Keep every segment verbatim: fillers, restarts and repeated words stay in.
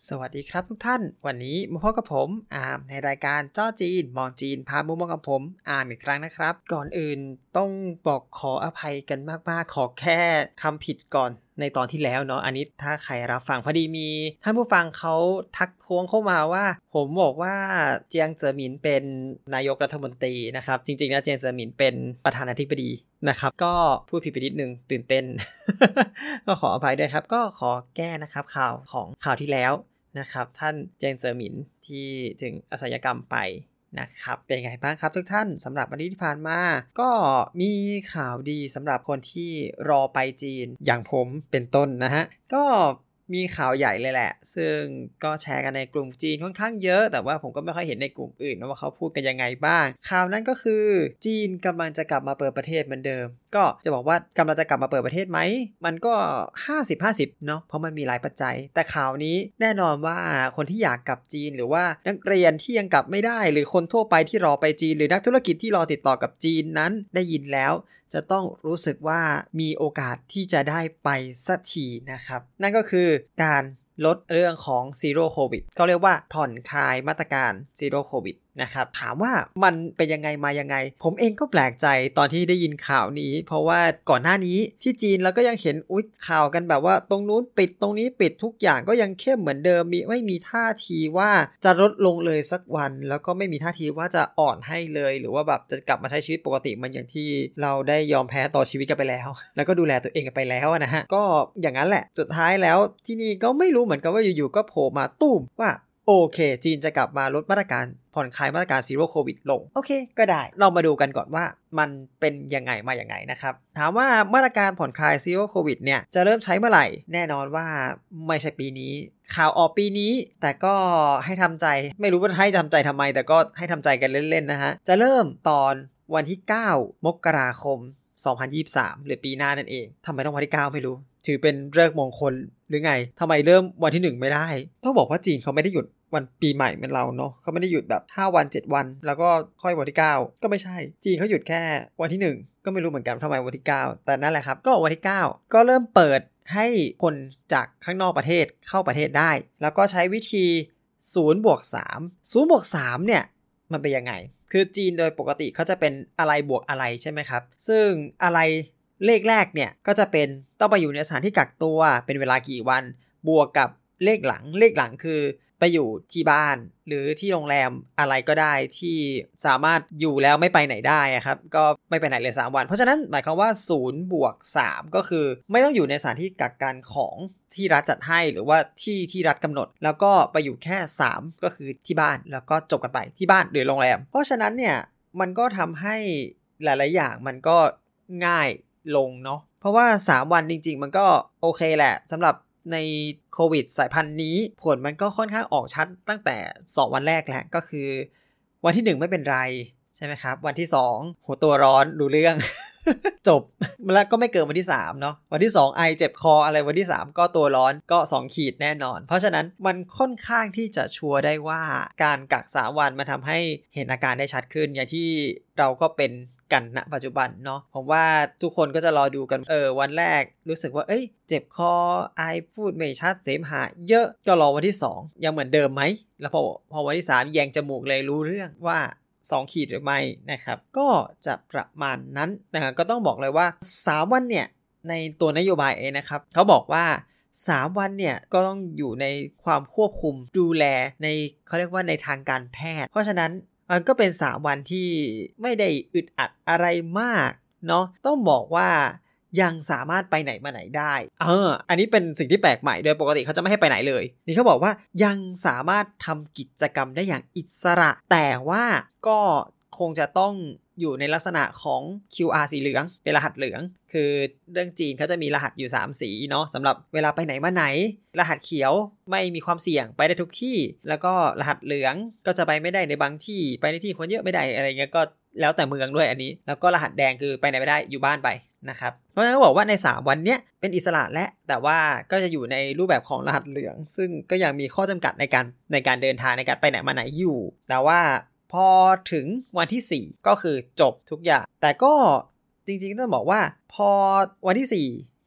สวัสดีครับทุกท่านวันนี้มาพบกับผมอาร์มในรายการจ้อจีนมองจีนพามุมมองกับผมอาร์มอีกครั้งนะครับก่อนอื่นต้องบอกขออภัยกันมากๆขอแค่คำผิดก่อนในตอนที่แล้วเนาะอันนี้ถ้าใครรับฟังพอดีมีท่านผู้ฟังเขาทักท้วงเข้ามาว่าผมบอกว่าเจียงเจ๋อหมินเป็นนายกรัฐมนตรีนะครับจริงๆแล้วเจียงเจ๋อหมินเป็นประธานาธิบดีนะครับก็พูดผิดไปนิดนึงตื่นเต้น ก็ขออภัยด้วยครับก็ขอแก้นะครับข่าวของข่าวที่แล้วนะครับท่านเจียงเจ๋อหมินที่ถึงอาชญากรรมไปนะครับเป็นไงบ้างครับทุกท่านสำหรับวันที่ผ่านมาก็มีข่าวดีสำหรับคนที่รอไปจีนอย่างผมเป็นต้นนะฮะก็มีข่าวใหญ่เลยแหละซึ่งก็แชร์กันในกลุ่มจีนค่อนข้างเยอะแต่ว่าผมก็ไม่ค่อยเห็นในกลุ่มอื่นว่าเขาพูดกันยังไงบ้างข่าวนั้นก็คือจีนกำลังจะกลับมาเปิดประเทศเหมือนเดิมก็จะบอกว่ากำลังจะกลับมาเปิดประเทศไหมมันก็ ห้าสิบ ห้าสิบ เนาะเพราะมันมีหลายปัจจัยแต่ข่าวนี้แน่นอนว่าคนที่อยากกลับจีนหรือว่านักเรียนที่ยังกลับไม่ได้หรือคนทั่วไปที่รอไปจีนหรือนักธุรกิจที่รอติดต่อกับจีนนั้นได้ยินแล้วจะต้องรู้สึกว่ามีโอกาสที่จะได้ไปสักทีนะครับนั่นก็คือการลดเรื่องของ Zero Covid ก็เรียกว่าผ่อนคลายมาตรการ Zero Covid นะครับถามว่ามันเป็นยังไงมายังไงผมเองก็แปลกใจตอนที่ได้ยินข่าวนี้เพราะว่าก่อนหน้านี้ที่จีนเราก็ยังเห็นอุ๊ยข่าวกันแบบว่าตรงนู้นปิดตรงนี้ปิดทุกอย่างก็ยังเข้มเหมือนเดิมมีไม่มีท่าทีว่าจะลดลงเลยสักวันแล้วก็ไม่มีท่าทีว่าจะอ่อนให้เลยหรือว่าแบบจะกลับมาใช้ชีวิตปกติเหมือนอย่างที่เราได้ยอมแพ้ต่อชีวิตกันไปแล้วแล้วก็ดูแลตัวเองกันไปแล้วนะฮะก็อย่างนั้นแหละสุดท้ายแล้วที่นี่ก็ไม่รู้เหมือนกันว่าอยู่ๆก็โผล่มาตุ้มว่าโอเคจีนจะกลับมาลดมาตรการผ่อนคลายมาตรการ Zero Covid ลงโอเคก็ได้เรามาดูกันก่อนว่ามันเป็นยังไงมาอย่างไงนะครับถามว่ามาตรการผ่อนคลาย Zero Covid เนี่ยจะเริ่มใช้เมื่อไหร่แน่นอนว่าไม่ใช่ปีนี้ข่าวออกปีนี้แต่ก็ให้ทำใจไม่รู้ว่าให้ทำใจทำไมแต่ก็ให้ทำใจกันเล่นๆนะฮะจะเริ่มตอนวันที่เก้ามกราคมสองพันยี่สิบสามหรือปีหน้านั่นเองทำไมต้องวันที่เก้าไม่รู้ถือเป็นฤกษ์มงคลหรือไงทำไมเริ่มวันที่หนึ่งไม่ได้ต้องบอกว่าจีนเขาไม่ได้หยุดวันปีใหม่เหมือนเราเนาะเขาไม่ได้หยุดแบบห้าวันเจ็ดวันแล้วก็ค่อยวันที่เก้าก็ไม่ใช่จีนเขาหยุดแค่วันที่หนึ่งก็ไม่รู้เหมือนกันทำไมวันที่เก้าแต่นั่นแหละครับก็วันที่เก้าก็เริ่มเปิดให้คนจากข้างนอกประเทศเข้าประเทศได้แล้วก็ใช้วิธีศูนย์บวกสาม ศูนย์บวกสามเนี่ยมันเป็นยังไงคือจีนโดยปกติเขาจะเป็นอะไรบวกอะไรใช่ไหมครับซึ่งอะไรเลขแรกเนี่ยก็จะเป็นต้องไปอยู่ในสถานที่กักตัวเป็นเวลากี่วันบวกกับเลขหลังเลขหลังคือไปอยู่ที่บ้านหรือที่โรงแรมอะไรก็ได้ที่สามารถอยู่แล้วไม่ไปไหนได้ครับก็ไม่ไปไหนเลยสามวันเพราะฉะนั้นหมายความว่าศูนย์บวกสามก็คือไม่ต้องอยู่ในสถานที่กักกันของที่รัฐจัดให้หรือว่าที่ที่รัฐกำหนดแล้วก็ไปอยู่แค่สามก็คือที่บ้านแล้วก็จบกันไปที่บ้านหรือโรงแรมเพราะฉะนั้นเนี่ยมันก็ทำให้หลายๆอย่างมันก็ง่ายลงเนาะเพราะว่าสามวันจริงๆมันก็โอเคแหละสำหรับในโควิดสายพันธุ์นี้ผลมันก็ค่อนข้างออกชัดตั้งแต่สองวันแรกแล้วก็คือวันที่หนึ่งไม่เป็นไรใช่ไหมครับวันที่สองหัวตัวร้อนรู้เรื่อง จบแล้วก็ไม่เกินวันที่สามเนาะวันที่สองไอเจ็บคออะไรวันที่สามก็ตัวร้อนก็สองขีดแน่นอนเพราะฉะนั้นมันค่อนข้างที่จะชัวร์ได้ว่าการกักสามวันมันทำให้เห็นอาการได้ชัดขึ้นอย่างที่เราก็เป็นกันณปัจจุบันเนาะผมว่าทุกคนก็จะรอดูกันเออวันแรกรู้สึกว่าเอ้ยเจ็บคอไอพูดไม่ชัดเสมหะเยอะก็รอวันที่สองยังเหมือนเดิมไหมแล้วพอพอวันที่สามแยงจมูกเลยรู้เรื่องว่าสองขีดหรือไม่นะครับก็จะประมาณนั้นนะครับก็ต้องบอกเลยว่าสามวันเนี่ยในตัวนโยบายเองนะครับเขาบอกว่าสามวันเนี่ยก็ต้องอยู่ในความควบคุมดูแลในเขาเรียกว่าในทางการแพทย์เพราะฉะนั้นมันก็เป็นสามวันที่ไม่ได้อึดอัดอะไรมากเนาะต้องบอกว่ายังสามารถไปไหนมาไหนได้เอออันนี้เป็นสิ่งที่แปลกใหม่โดยปกติเขาจะไม่ให้ไปไหนเลยนี่เขาบอกว่ายังสามารถทำกิจกรรมได้อย่างอิสระแต่ว่าก็คงจะต้องอยู่ในลักษณะของ คิว อาร์ สีเหลืองเป็นรหัสเหลืองคือเรื่องจีนเขาจะมีรหัสอยู่สามสีเนาะสำหรับเวลาไปไหนมาไหนรหัสเขียวไม่มีความเสี่ยงไปได้ทุกที่แล้วก็รหัสเหลืองก็จะไปไม่ได้ในบางที่ไปในที่คนเยอะไม่ได้อะไรเงี้ยก็แล้วแต่เมืองด้วยอันนี้แล้วก็รหัสแดงคือไปไหนไม่ได้อยู่บ้านไปนะครับเพราะฉะนั้นก็บอกว่าในสามวันเนี้ยเป็นอิสระและแต่ว่าก็จะอยู่ในรูปแบบของรหัสเหลืองซึ่งก็ยังมีข้อจำกัดในการในการเดินทางในการไปไหนมาไหนอยู่แต่ว่าพอถึงวันที่สี่ก็คือจบทุกอย่างแต่ก็จริงๆต้องบอกว่าพอวันที่สี่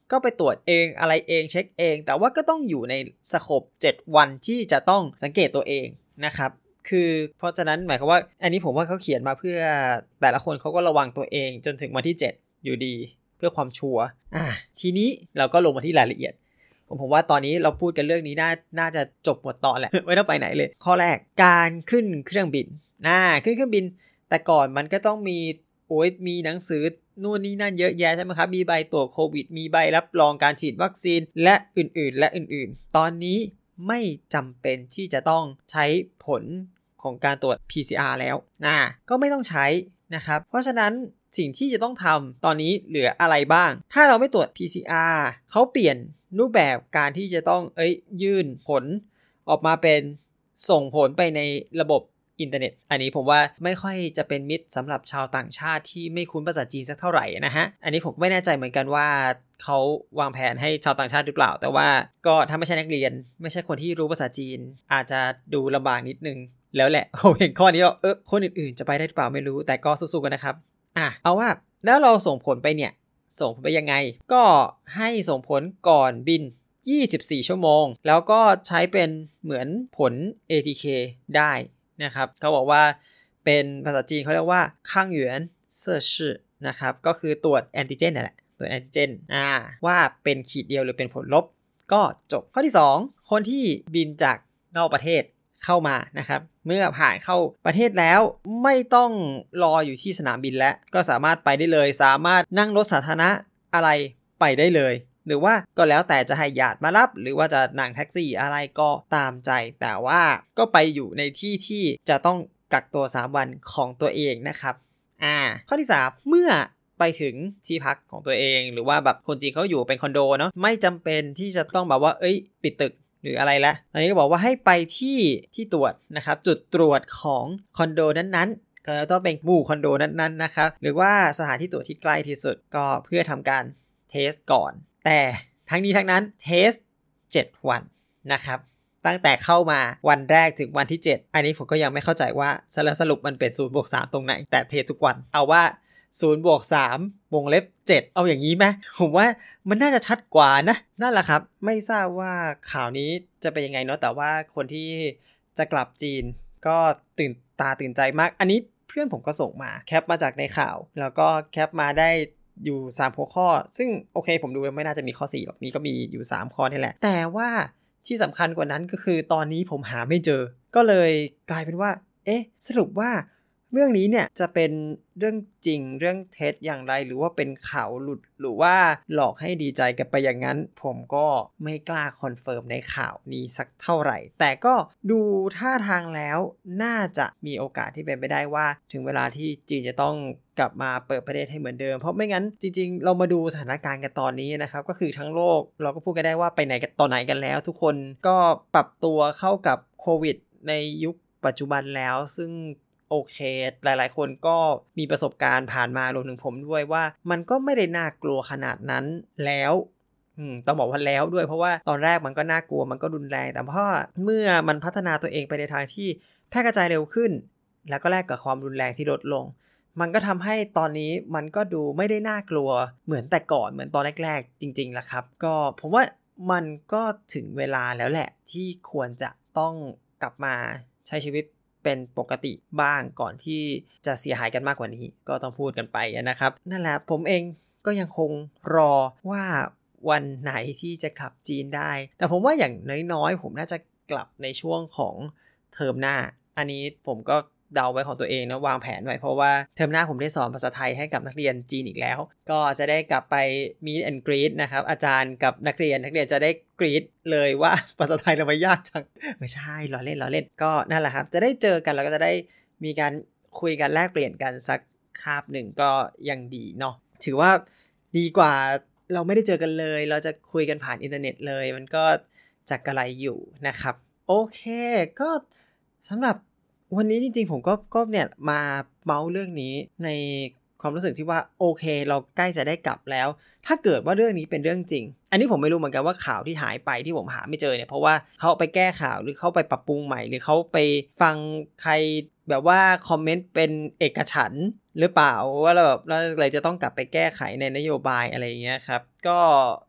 ก็ไปตรวจเองอะไรเองเช็คเองแต่ว่าก็ต้องอยู่ในสโคปเจ็ดวันที่จะต้องสังเกตตัวเองนะครับคือเพราะฉะนั้นหมายความว่าอันนี้ผมว่าเขาเขียนมาเพื่อแต่ละคนเขาก็ระวังตัวเองจนถึงวันที่เจ็ดอยู่ดีเพื่อความชัวร์อ่ะทีนี้เราก็ลงมาที่รายละเอียดผมผมว่าตอนนี้เราพูดกันเรื่องนี้น่าน่าจะจบหมดตอนแหละ ไม่ต้องไปไหนเลยข้อแรกการขึ้นเครื่องบินน่าขึ้นเครื่องบินแต่ก่อนมันก็ต้องมีโอ้ยมีหนังสือนู่นนี่นั่นเยอะแยะใช่ไหมครับมีใบตรวจโควิดมีใบรับรองการฉีดวัคซีนและอื่นๆและอื่นๆตอนนี้ไม่จำเป็นที่จะต้องใช้ผลของการตรวจ พี ซี อาร์ แล้วนะก็ไม่ต้องใช้นะครับเพราะฉะนั้นสิ่งที่จะต้องทำตอนนี้เหลืออะไรบ้างถ้าเราไม่ตรวจ พี ซี อาร์ เขาเปลี่ยนรูปแบบการที่จะต้องเอ้ยยื่นผลออกมาเป็นส่งผลไปในระบบอินเทอร์เน็ตอันนี้ผมว่าไม่ค่อยจะเป็นมิตรสำหรับชาวต่างชาติที่ไม่คุ้นภาษาจีนสักเท่าไหร่นะฮะอันนี้ผมไม่แน่ใจเหมือนกันว่าเขาวางแผนให้ชาวต่างชาติหรือเปล่าแต่ว่าก็ถ้าไม่ใช่นักเรียนไม่ใช่คนที่รู้ภาษาจีนอาจจะดูลำบากนิดนึงแล้วแหละผมเห็นข้อนี้เออคนอื่นๆจะไปได้หรือเปล่าไม่รู้แต่ก็สู้ๆกันนะครับอ่ะเอาว่าแล้วเราส่งผลไปเนี่ยส่งผลไปยังไงก็ให้ส่งผลก่อนบินยี่สิบสี่ชั่วโมงแล้วก็ใช้เป็นเหมือนผล เอ ที เค ได้นะครับเขาบอกว่าเป็นภาษาจีนเขาเรียกว่าข้างหยวนเซ่อชื่อนะครับก็คือตรวจแอนติเจนนั่นแหละตรวจแอนติเจนอ่าว่าเป็นขีดเดียวหรือเป็นผลลบก็จบข้อที่สองคนที่บินจากนอกประเทศเข้ามานะครับเมื่อผ่านเข้าประเทศแล้วไม่ต้องรออยู่ที่สนามบินแล้วก็สามารถไปได้เลยสามารถนั่งรถสาธารณะอะไรไปได้เลยหรือว่าก็แล้วแต่จะให้ญาติมารับหรือว่าจะนั่งแท็กซี่อะไรก็ตามใจแต่ว่าก็ไปอยู่ในที่ที่จะต้องกักตัวสามวันของตัวเองนะครับอ่าข้อที่สามเมื่อไปถึงที่พักของตัวเองหรือว่าแบบคนจีนเขาอยู่เป็นคอนโดเนาะไม่จำเป็นที่จะต้องแบบว่าเอ้ยปิดตึกหรืออะไรละตอนนี้ก็บอกว่าให้ไปที่ที่ตรวจนะครับจุดตรวจของคอนโดนั้นๆก็ต้องเป็นหมู่คอนโดนั้นๆนะครับหรือว่าสถานที่ตรวจที่ใกล้ที่สุดก็เพื่อทำการเทสก่อนแต่ทั้งนี้ทั้งนั้นเทสเจ็ดวันนะครับตั้งแต่เข้ามาวันแรกถึงวันที่เจ็ดอันนี้ผมก็ยังไม่เข้าใจว่าสรุปมันเป็นศูนย์บวกสามตรงไหนแต่เทสทุกวันเอาว่าศูนย์บวกสามวงเล็บเจ็ดเอาอย่างนี้ไหมผมว่ามันน่าจะชัดกว่านะนั่นแหละครับไม่ทราบว่าข่าวนี้จะเป็นยังไงเนาะแต่ว่าคนที่จะกลับจีนก็ตื่นตาตื่นใจมากอันนี้เพื่อนผมก็ส่งมาแคปมาจากในข่าวแล้วก็แคปมาได้อยู่สามหัวข้อซึ่งโอเคผมดูไม่น่าจะมีข้อสี่หรอกนี่ก็มีอยู่สามข้อนี่แหละแต่ว่าที่สำคัญกว่านั้นก็คือตอนนี้ผมหาไม่เจอก็เลยกลายเป็นว่าเอ๊ะสรุปว่าเรื่องนี้เนี่ยจะเป็นเรื่องจริงเรื่องเท็จอย่างไรหรือว่าเป็นข่าวหลุดหรือว่าหลอกให้ดีใจกันไปอย่างนั้นผมก็ไม่กล้าคอนเฟิร์มในข่าวนี้สักเท่าไหร่แต่ก็ดูท่าทางแล้วน่าจะมีโอกาสที่เป็นไปได้ว่าถึงเวลาที่จีนจะต้องกลับมาเปิดประเทศให้เหมือนเดิมเพราะไม่งั้นจริงๆเรามาดูสถานการณ์กันตอนนี้นะครับก็คือทั้งโลกเราก็พูดกันได้ว่าไปไหนกันตอนไหนกันแล้วทุกคนก็ปรับตัวเข้ากับโควิดในยุคปัจจุบันแล้วซึ่งโอเคหลายๆคนก็มีประสบการณ์ผ่านมารวมถึงผมด้วยว่ามันก็ไม่ได้น่ากลัวขนาดนั้นแล้วอืมต้องบอกว่าแล้วด้วยเพราะว่าตอนแรกมันก็น่ากลัวมันก็รุนแรงแต่พอเมื่อมันพัฒนาตัวเองไปในทางที่แพร่กระจายเร็วขึ้นแล้วก็แลกกับความรุนแรงที่ลดลงมันก็ทำให้ตอนนี้มันก็ดูไม่ได้น่ากลัวเหมือนแต่ก่อนเหมือนตอนแรกๆจริงๆล่ะครับก็ผมว่ามันก็ถึงเวลาแล้วแหละที่ควรจะต้องกลับมาใช้ชีวิตเป็นปกติบ้างก่อนที่จะเสียหายกันมากกว่านี้ก็ต้องพูดกันไปนะครับนั่นแหละผมเองก็ยังคงรอว่าวันไหนที่จะกลับจีนได้แต่ผมว่าอย่างน้อยๆผมน่าจะกลับในช่วงของเทอมหน้าอันนี้ผมก็เดาไว้ของตัวเองนะวางแผนไว้เพราะว่าเทอมหน้าผมได้สอนภาษาไทยให้กับนักเรียนจีนอีกแล้วก็จะได้กลับไป meet and greet นะครับอาจารย์กับนักเรียนนักเรียนจะได้กรี๊ดเลยว่าภาษาไทยทำไมยากจังไม่ใช่ล้อเล่นล้อเล่นก็นั่นแหละครับจะได้เจอกันแล้วก็จะได้มีการคุยกันแลกเปลี่ยนกันสักคาบหนึ่งก็ยังดีเนาะถือว่าดีกว่าเราไม่ได้เจอกันเลยเราจะคุยกันผ่านอินเทอร์เน็ตเลยมันก็จะกระไรอยู่นะครับโอเคก็สำหรับวันนี้จริงๆผมก็ก็เนี่ยมาเมาส์เรื่องนี้ในความรู้สึกที่ว่าโอเคเราใกล้จะได้กลับแล้วถ้าเกิดว่าเรื่องนี้เป็นเรื่องจริงอันนี้ผมไม่รู้เหมือนกันว่าข่าวที่หายไปที่ผมหาไม่เจอเนี่ยเพราะว่าเขาไปแก้ข่าวหรือเขาไปปรับปรุงใหม่หรือเขาไปฟังใครแบบว่าคอมเมนต์เป็นเอกฉันท์หรือเปล่าว่าเราแบบเราเลยจะต้องกลับไปแก้ไขในนโยบายอะไรอย่างเงี้ยครับก็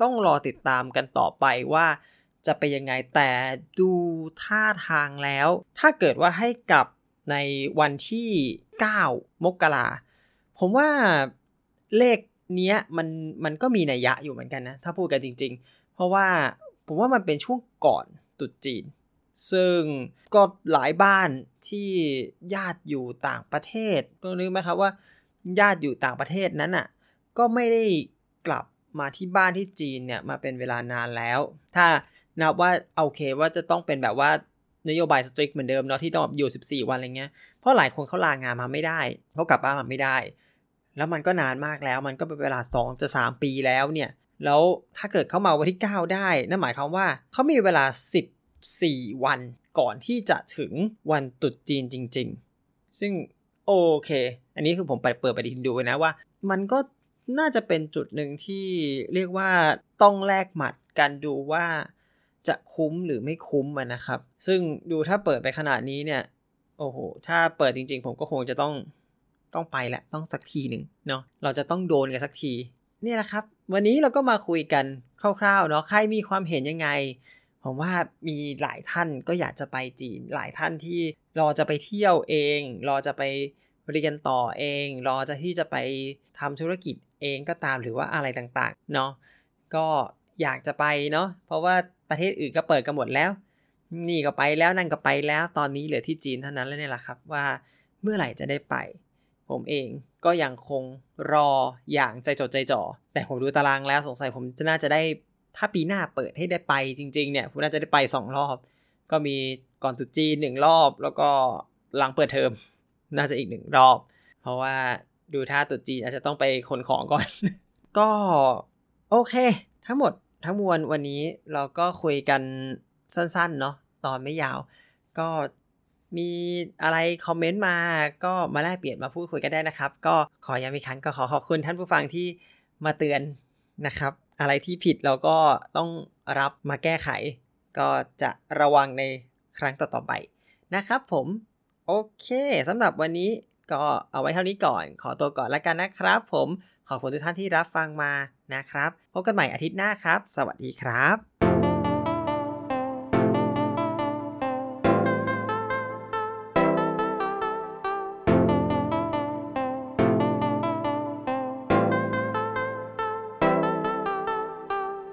ต้องรอติดตามกันต่อไปว่าจะเป็นยังไงแต่ดูท่าทางแล้วถ้าเกิดว่าให้กลับในวันที่เก้ามกราผมว่าเลขเนี้ยมันมันก็มีนัยยะอยู่เหมือนกันนะถ้าพูดกันจริงๆเพราะว่าผมว่ามันเป็นช่วงก่อนตรุษจีนซึ่งก็หลายบ้านที่ญาติอยู่ต่างประเทศต้องนึกไหมครับว่าญาติอยู่ต่างประเทศนั้นอ่ะก็ไม่ได้กลับมาที่บ้านที่จีนเนี่ยมาเป็นเวลานานแล้วถ้านับว่าโอเคว่าจะต้องเป็นแบบว่านโยบาย strict เหมือนเดิมเนาะที่ต้องอยู่สิบสี่วันอะไรเงี้ยเพราะหลายคนเขาลางานมาไม่ได้เขากลับบ้านมาไม่ได้แล้วมันก็นานมากแล้วมันก็เป็นเวลาสองจะสามปีแล้วเนี่ยแล้วถ้าเกิดเข้ามาวันที่เก้าได้นั่นหมายความว่าเขามีเวลาสิบสี่วันก่อนที่จะถึงวันตรุษจีนจริงๆซึ่งโอเคอันนี้คือผมไปเปิดปฏิทินดูนะว่ามันก็น่าจะเป็นจุดหนึ่งที่เรียกว่าต้องแลกหมัดกันดูว่าจะคุ้มหรือไม่คุ้มอ่ะนะครับซึ่งดูถ้าเปิดไปขนาดนี้เนี่ยโอ้โหถ้าเปิดจริงๆผมก็คงจะต้องต้องไปแหละต้องสักทีหนึ่งเนาะเราจะต้องโดนกันสักทีนี่แหละครับวันนี้เราก็มาคุยกันคร่าวๆเนาะใครมีความเห็นยังไงผมว่ามีหลายท่านก็อยากจะไปจีนหลายท่านที่รอจะไปเที่ยวเองรอจะไปเรียนต่อเองรอจะที่จะไปทำธุรกิจเองก็ตามหรือว่าอะไรต่างๆเนาะก็อยากจะไปเนาะเพราะว่าประเทศอื่นก็เปิดกันหมดแล้วนี่ก็ไปแล้วนั่นก็ไปแล้วตอนนี้เหลือที่จีนเท่านั้นแล้วเนี่ยแหละครับว่าเมื่อไหร่จะได้ไปผมเองก็ยังคงรออย่างใจจดใจจ่อแต่ผมดูตารางแล้วสงสัยผมจะน่าจะได้ถ้าปีหน้าเปิดให้ได้ไปจริงๆเนี่ยผมน่าจะได้ไปสองรอบก็มีก่อนตรุษจีนหนึ่งรอบแล้วก็หลังเปิดเทอมน่าจะอีกหนึ่งรอบเพราะว่าดูท่าตรุษจีนอาจจะต้องไปขนของก่อน ก็โอเคทั้งหมดทั้งมวลวันนี้เราก็คุยกันสั้นๆเนาะตอนไม่ยาวก็มีอะไรคอมเมนต์มาก็มาแลกเปลี่ยนมาพูดคุยกันได้นะครับก็ขอย้ำอีกครั้งก็ขอขอบคุณท่านผู้ฟังที่มาเตือนนะครับอะไรที่ผิดเราก็ต้องรับมาแก้ไขก็จะระวังในครั้งต่อๆไปนะครับผมโอเคสำหรับวันนี้ก็เอาไว้เท่านี้ก่อนขอตัวก่อนแล้วกันนะครับผมขอบคุณทุกท่านที่รับฟังมานะครับพบกันใหม่อาทิตย์หน้าครับสวัสดีครับ